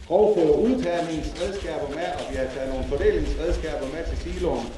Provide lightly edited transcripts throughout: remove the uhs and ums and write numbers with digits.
grovfoder udtagningsredskaber med, og vi har taget nogle fordelingsredskaber med til siloen.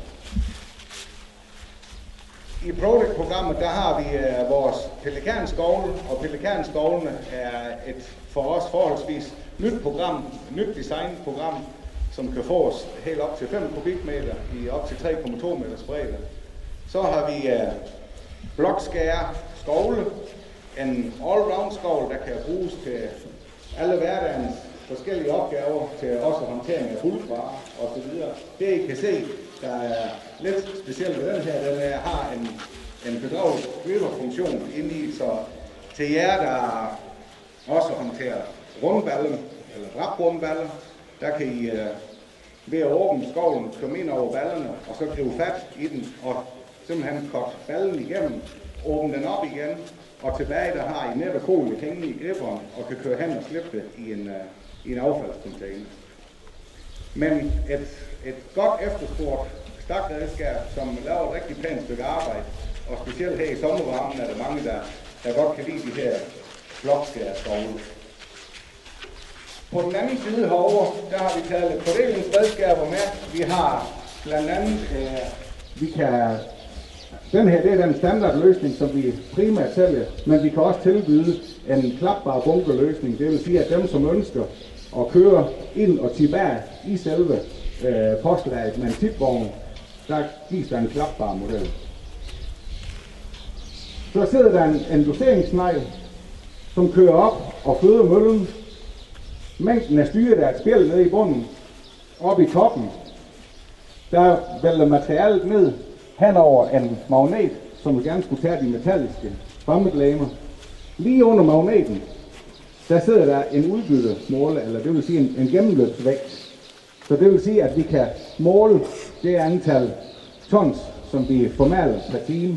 I Product-programmet, der har vi vores pelikanskovle, og pelikanskovlene er et for os forholdsvis nyt program, nyt designprogram, som kan få os helt op til 5 kubikmeter i op til 3,2 meters bredde. Så har vi blokskære skovle, en all-round skovl, der kan bruges til alle hverdagens forskellige opgaver, til også håndtering af bulkvarer osv. Det I kan se, der er lidt specielt ved den her, den har en hydraulisk løberfunktion inde i, så til jer, der også håndterer rundballer, eller draprundballer, der kan I ved at åbne skovlen, komme ind over ballerne, og så gribe fat i den, og simpelthen kogt ballen igennem, åbne den op igen, og tilbage der har I net og folie hængende i gripperen, og kan køre hen og slippe det i en affaldscontainer. Men et godt efterspurgt stakredskab, som laver et rigtig pænt stykke arbejde, og specielt her i sommervarmen er der mange, der godt kan lide de her blokskæreskovle. På den anden side herovre, der har vi taget lidt fordelingsredskaber med. Vi har blandt andet, den her det er den standardløsning, som vi primært sælger, men vi kan også tilbyde en klapbar bunkerløsning. Det vil sige, at dem, som ønsker at køre ind og tilbage i selve postlaget med en tipvogn, der gives der en klapbar model. Så sidder der en doseringssnegl, som kører op og føder møllen. Mængden af styre, der er et spjæld nede i bunden, oppe i toppen, der vælter materialet ned hen over en magnet, som vi gerne skulle tage de metalliske fremmedlegemer. Lige under magneten, der sidder der en udbyttemåler, eller det vil sige en gennemløbsvægt. Så det vil sige, at vi kan måle det antal tons, som vi formaler per time.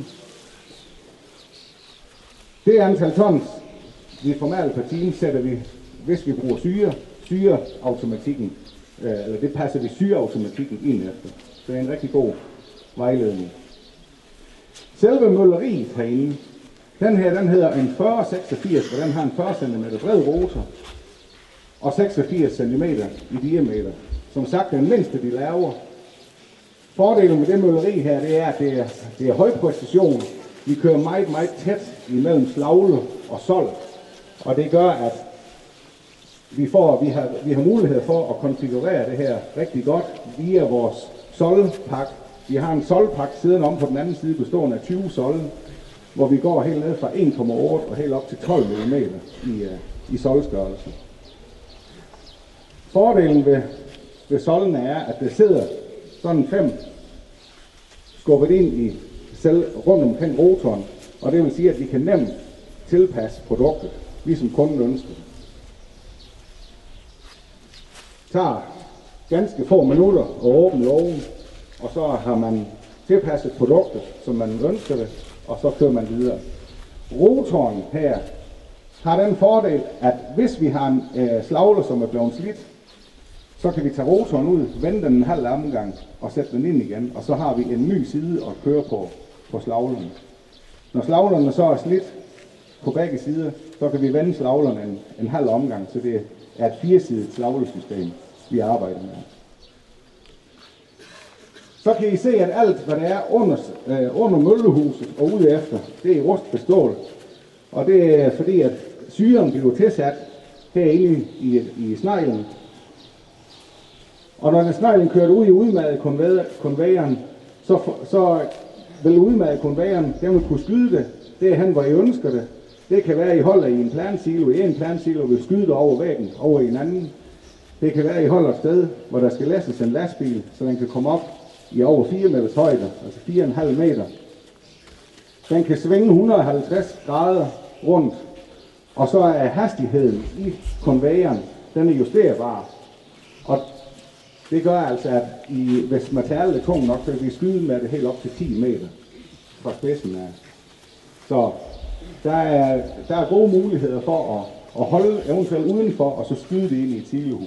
Det antal tons, vi formaler per time, sætter vi, hvis vi bruger syreautomatikken, eller det passer vi syreautomatikken ind efter. Så det er en rigtig god vejledning. Selve mølleriet herinde, den her, den hedder en 4086, og den har en 40 cm bred rotor og 86 cm i diameter. Som sagt, den mindste de laver. Fordelen med det mølleri her, det er, at det er høj præcision. Vi kører meget, meget tæt imellem slagle og sol, og det gør, at vi har mulighed for at konfigurere det her rigtig godt via vores solpak. Vi har en solpak siden om på den anden side, bestående af 20 solde, hvor vi går helt ned fra 1,8 og helt op til 12 mm i solstørrelse. Fordelen ved soldene er, at det sidder sådan 5 skubbet ind i rundt omkring rotoren, og det vil sige, at vi kan nemt tilpasse produktet, ligesom kunden ønsker. Det tager ganske få minutter at åbne lågen, og så har man tilpasset produktet, som man ønsker det, og så kører man videre. Rotoren her har den fordel, at hvis vi har en slagle, som er blevet slidt, så kan vi tage rotoren ud, vende den en halv omgang og sætte den ind igen, og så har vi en ny side at køre på slaglerne. Når slaglerne så er slidt på begge sider, så kan vi vende slaglerne en halv omgang, så det er et 4-sidet slaglesystem, vi arbejder med. Så kan I se, at alt, hvad der er under møllehuset og ude efter, det er rustbestål. Og det er fordi, at syren bliver tilsat herinde i sneglen. Og når sneglen kører ud i udmadekonvejeren, så vil udmadekonvejeren, den vil kunne skyde det derhen, hvor I ønsker det. Det kan være, at I holder i en plansilo. I en plansilo vil skyde det over væggen, over i en anden. Det kan være, at I holder et sted, hvor der skal læsses en lastbil, så den kan komme op i over 4 meters højde, altså 4,5 meter. Den kan svinge 150 grader rundt, og så er hastigheden i konvejeren, den er justerbar. Og det gør altså, at hvis materialet er tung nok, så kan vi skyde med det helt op til 10 meter fra spidsen af. Så der er gode muligheder for at holde eventuelt udenfor, og så skyde det ind i et silohus.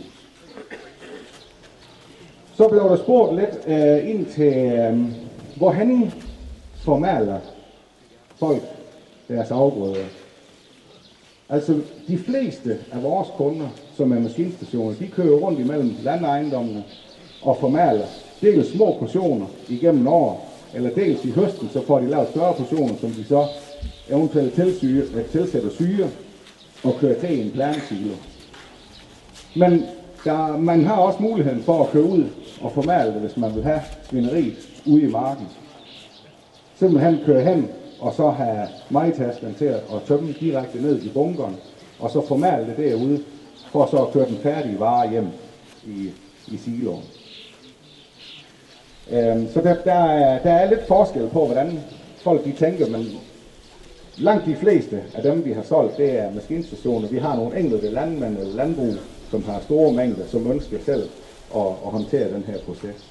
Så blev der spurgt lidt ind til, hvorhen formaler folk deres afgrøder. Altså, de fleste af vores kunder, som er maskinstationer, de kører rundt imellem landejendommene og formaler dels små portioner igennem året, eller dels i høsten, så får de lavet større portioner, som de så eventuelt tilsætter syre og kører til i en plansilo. Men man har også muligheden for at køre ud og formale det, hvis man vil have svineriet ude i marken. Simpelthen køre hen og så have majtaskerne til at tømme direkte ned i bunkeren, og så formale det derude, for så at køre den færdige vare hjem i siloen. Så der er lidt forskel på, hvordan folk de tænker, men langt de fleste af dem, vi har solgt, det er maskinstationer. Vi har nogle enkelte landmænd eller landbrug, som har store mængder, som ønsker selv at håndtere den her proces.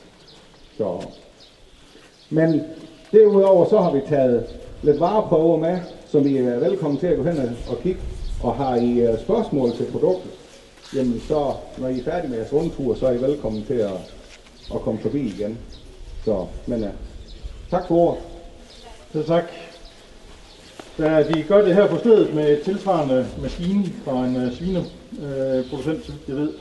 Men derudover så har vi taget lidt vareprøver med, som I er velkommen til at gå hen og kigge. Og har I spørgsmål til produktet, jamen så når I er færdige med jeres rundtur, så er I velkommen til at komme forbi igen. Men tak for ordet. Så tak. Da de gør det her på stedet med tilsvarende maskine fra en svineproducent, jeg ved.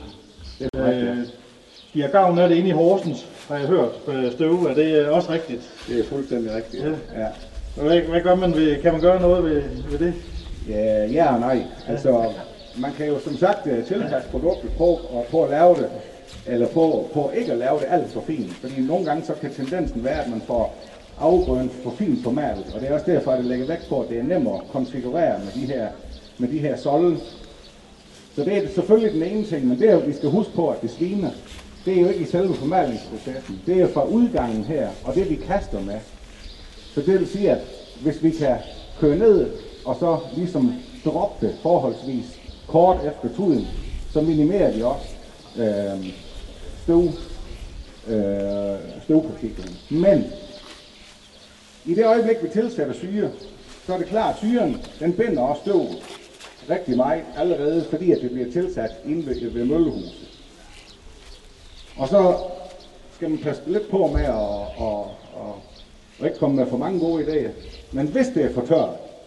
De har gavn af det inde i Horsens, har jeg hørt, Støve. Er det også rigtigt? Det er fuldstændig rigtigt, ja. Hvad gør man ved, kan man gøre noget ved det? Ja og nej. Altså, man kan jo som sagt tilpasse produktet på at lave det, eller på ikke at lave det alt for fint. Fordi nogle gange så kan tendensen være, at man får afgrøden for fint formalet, og det er også derfor, at det lægger vægt på, at det er nemmere at konfigurere med de her solde. Så det er selvfølgelig den ene ting, men det er jo, vi skal huske på, at det sviner. Det er jo ikke i selve formalingsprocessen. Det er jo fra udgangen her, og det vi kaster med. Så det vil sige, at hvis vi kan køre ned, og så ligesom droppe det forholdsvis kort efter tuden, så minimerer vi også støvpartiklerne. Men i det øjeblik, vi tilsætter syre, så er det klart, at syren den binder også støv rigtig meget allerede, fordi at det bliver tilsat inde ved møllehuset. Og så skal man passe lidt på med at ikke komme med for mange gode idéer. Men hvis det er for tørt,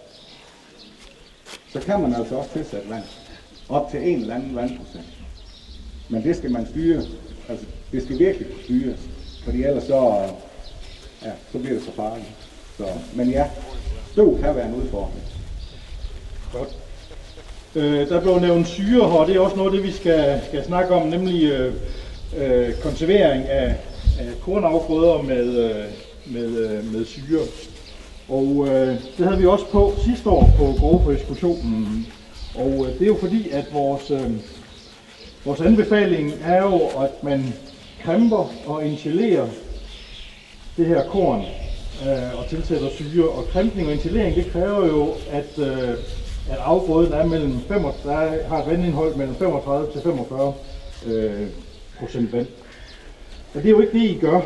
så kan man altså også tilsætte vand. Op til en eller anden vandprocent. Men det skal man styre. Altså, det skal virkelig styres. Fordi ellers så bliver det så farligt. Men ja, støv kan være en udfordring. Godt. Der blev nævnt syre her, og det er også noget det vi skal snakke om, nemlig konservering af kornafgrøder med syre. Og det havde vi også på sidste år på Grovforskutionen. Og det er jo fordi, at vores anbefaling er jo, at man kremper og injicelerer det her korn og tilsætter syre. Og krempning og injicering, det kræver jo, at afgrøden er har et vandindhold mellem 35 til 45% vand. Og det er jo ikke det, I gør.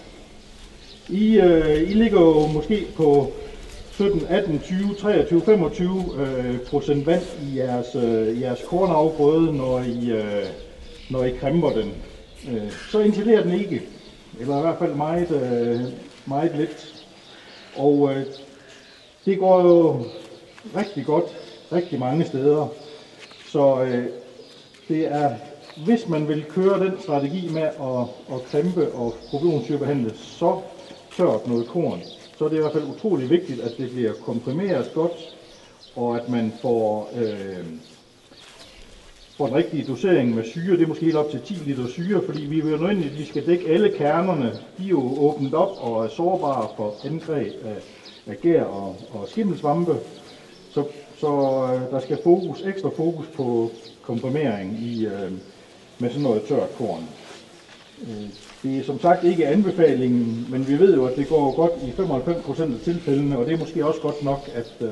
I ligger jo måske på 17, 18, 20, 23, 25% vand i jeres kornafgrøde, når I kremper den. Så injicelerer den ikke, eller i hvert fald meget lidt. Og det går jo rigtig godt rigtig mange steder. Så det er, hvis man vil køre den strategi med at krempe og probionsyrebehandle så tørt noget korn, så er det i hvert fald utrolig vigtigt, at det bliver komprimeret godt, og at man får den rigtige dosering med syre. Det er måske helt op til 10 liter syre, fordi vi vil nødvendigt, at vi skal dække alle kernerne. De er jo åbnet op og er sårbare for angreb af gær og skimmelsvampe. Så der skal ekstra fokus på komprimering med sådan noget tørt korn. Det er som sagt ikke anbefalingen, men vi ved jo, at det går godt i 95% af tilfældene, og det er måske også godt nok,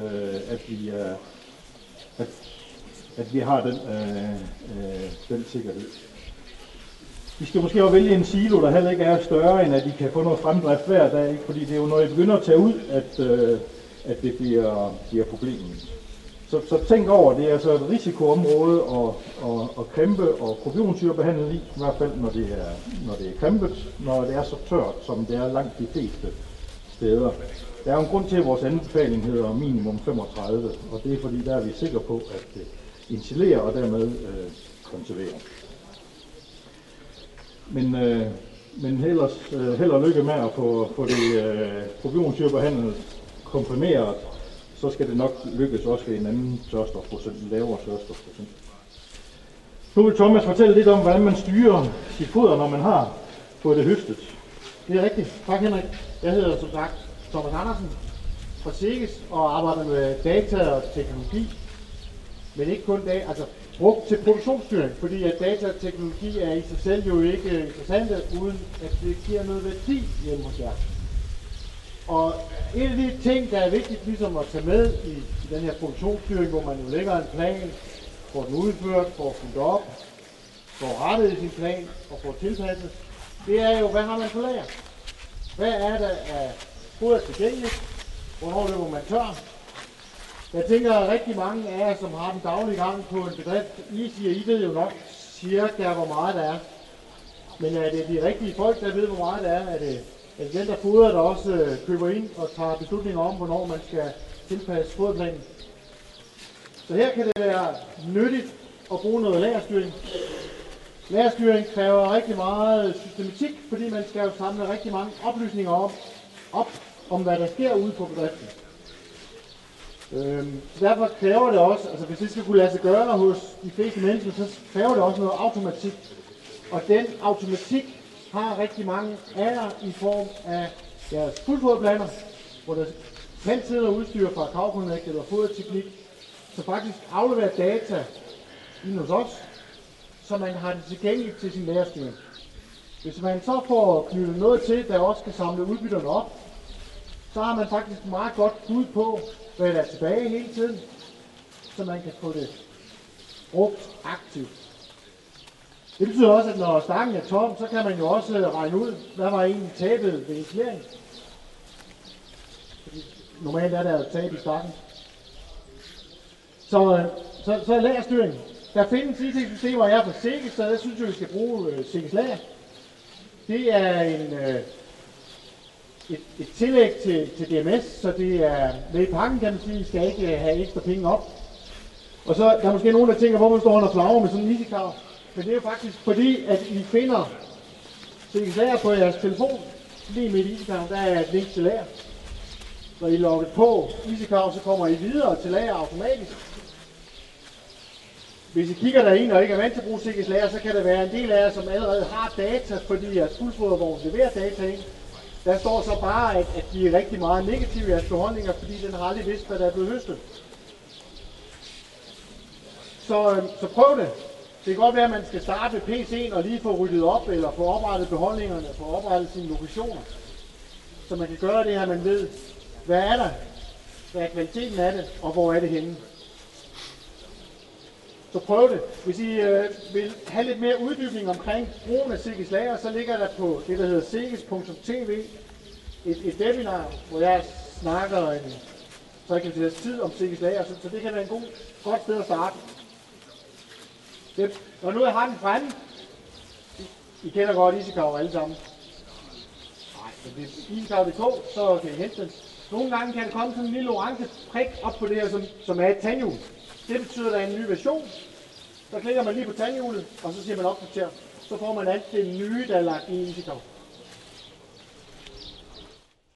at vi har den sikkerhed. Vi skal måske også vælge en silo, der heller ikke er større, end at de kan få noget fremdrift hver dag, ikke? Fordi det er jo, når I begynder at tage ud, at det bliver problemet. Så tænk over, det er altså et risikoområde at krempe og probionsyrebehandle i hvert fald når det er krempet, når det er så tørt, som det er langt de fleste steder. Der er jo en grund til, at vores anbefaling hedder minimum 35, og det er fordi, der er vi sikre på, at det isolerer og dermed konserverer. Men ellers held og lykke med at få det probionsyrebehandlet komprimeret, så skal det nok lykkes også ved en anden tørstofprocent, en lavere tørstofprocent. Nu vil Thomas fortælle lidt om, hvordan man styrer sit foder, når man har fået det høstet. Det er rigtigt. Tak, Henrik. Jeg hedder som sagt Thomas Andersen fra SEGES og arbejder med data og teknologi. Men ikke kun altså brugt til produktionsstyring, fordi at data og teknologi er i sig selv jo ikke interessante, uden at det giver noget værdi hjemme hos jer. Og en af de ting, der er vigtigt ligesom at tage med i den her produktionsstyring, hvor man jo lægger en plan, får den udført, får fulgt op, får rettet i sin plan og får tilpasset, det er jo, hvad har man på lager? Hvad er der af foder tilgængeligt? Hvornår løber man tør? Jeg tænker, at rigtig mange af jer, som har den daglige gang på en bedrift, I ved jo nok cirka, hvor meget der er. Men er det de rigtige folk, der ved, hvor meget der er? Er det den, der fodrer, der også køber ind og tager beslutninger om, hvornår man skal tilpasse foderplanen? Så her kan det være nyttigt at bruge noget lagerstyring. Lagerstyring kræver rigtig meget systematik, fordi man skal jo samle rigtig mange oplysninger om hvad der sker ude på bedriften. Så derfor kræver det også, altså hvis det skal kunne lade sig gøre hos de fleste mennesker, så kræver det også noget automatik. Og den automatik har rigtig mange af jer i form af deres fuldfoderblander, hvor der kan sidde og udstyr fra CowConnect eller foderteknik, så faktisk afleverer data ind hos os, så man har det tilgængeligt til sin lagerstyring. Hvis man så får knyttet noget til, der også skal samle udbytterne op, så har man faktisk meget godt bud på, hvad der er tilbage hele tiden, så man kan få det brugt aktivt. Det betyder også, at når stakken er tom, så kan man jo også regne ud, hvad var egentlig tabet ved isolering. Normalt er der jo tab i stakken. Så lagerstyring. Der findes IT-systemer, jeg er fra SEGES, så jeg synes, at vi skal bruge SEGES Lager. Det er et tillæg til DMS, så det er med i pakken, kan man sige. I skal ikke have ekstra penge op. Og så der er måske nogen, der tænker, hvorfor står han og flagrer med sådan en EasyCow. Men det er jo faktisk fordi, at I finder SEGES Lager på jeres telefon. Lige midt i EasyCow, der er et link til lager. Når I logger på EasyCow, så kommer I videre til lager automatisk. Hvis I kigger derind og ikke er vant til at bruge SEGES Lager, så kan der være en del af jer, som allerede har data, fordi jeres fuldfodervogn leverer data ind. Der står så bare, at de er rigtig meget negative i jeres beholdninger, fordi den har aldrig vidst, hvad der er blevet høstet. Så prøv det. Det kan godt være, at man skal starte med PC'en og lige få ryddet op, eller få oprettet beholdningerne, få oprettet sine lokationer. Så man kan gøre det her, man ved, hvad er der, hvad er kvaliteten af det, og hvor er det henne. Så prøv det. Hvis I vil have lidt mere uddybning omkring brugen af SEGES Lager, så ligger der på det, der hedder seges.tv et webinar, hvor jeg snakker en 3 kvarters tid om SEGES Lager, så det kan være en godt sted at starte. Når nu jeg har den fremme, I kender godt EasyCow alle sammen. Nej, men hvis EasyCow.dk, så kan I hente den. Nogle gange kan der komme sådan en lille orange prik op på det her, som er et tandhjul. Det betyder, at der er en ny version. Så klikker man lige på tandhjulet, og så siger man opdater. Så får man alt det nye, der er lagt i EasyCow.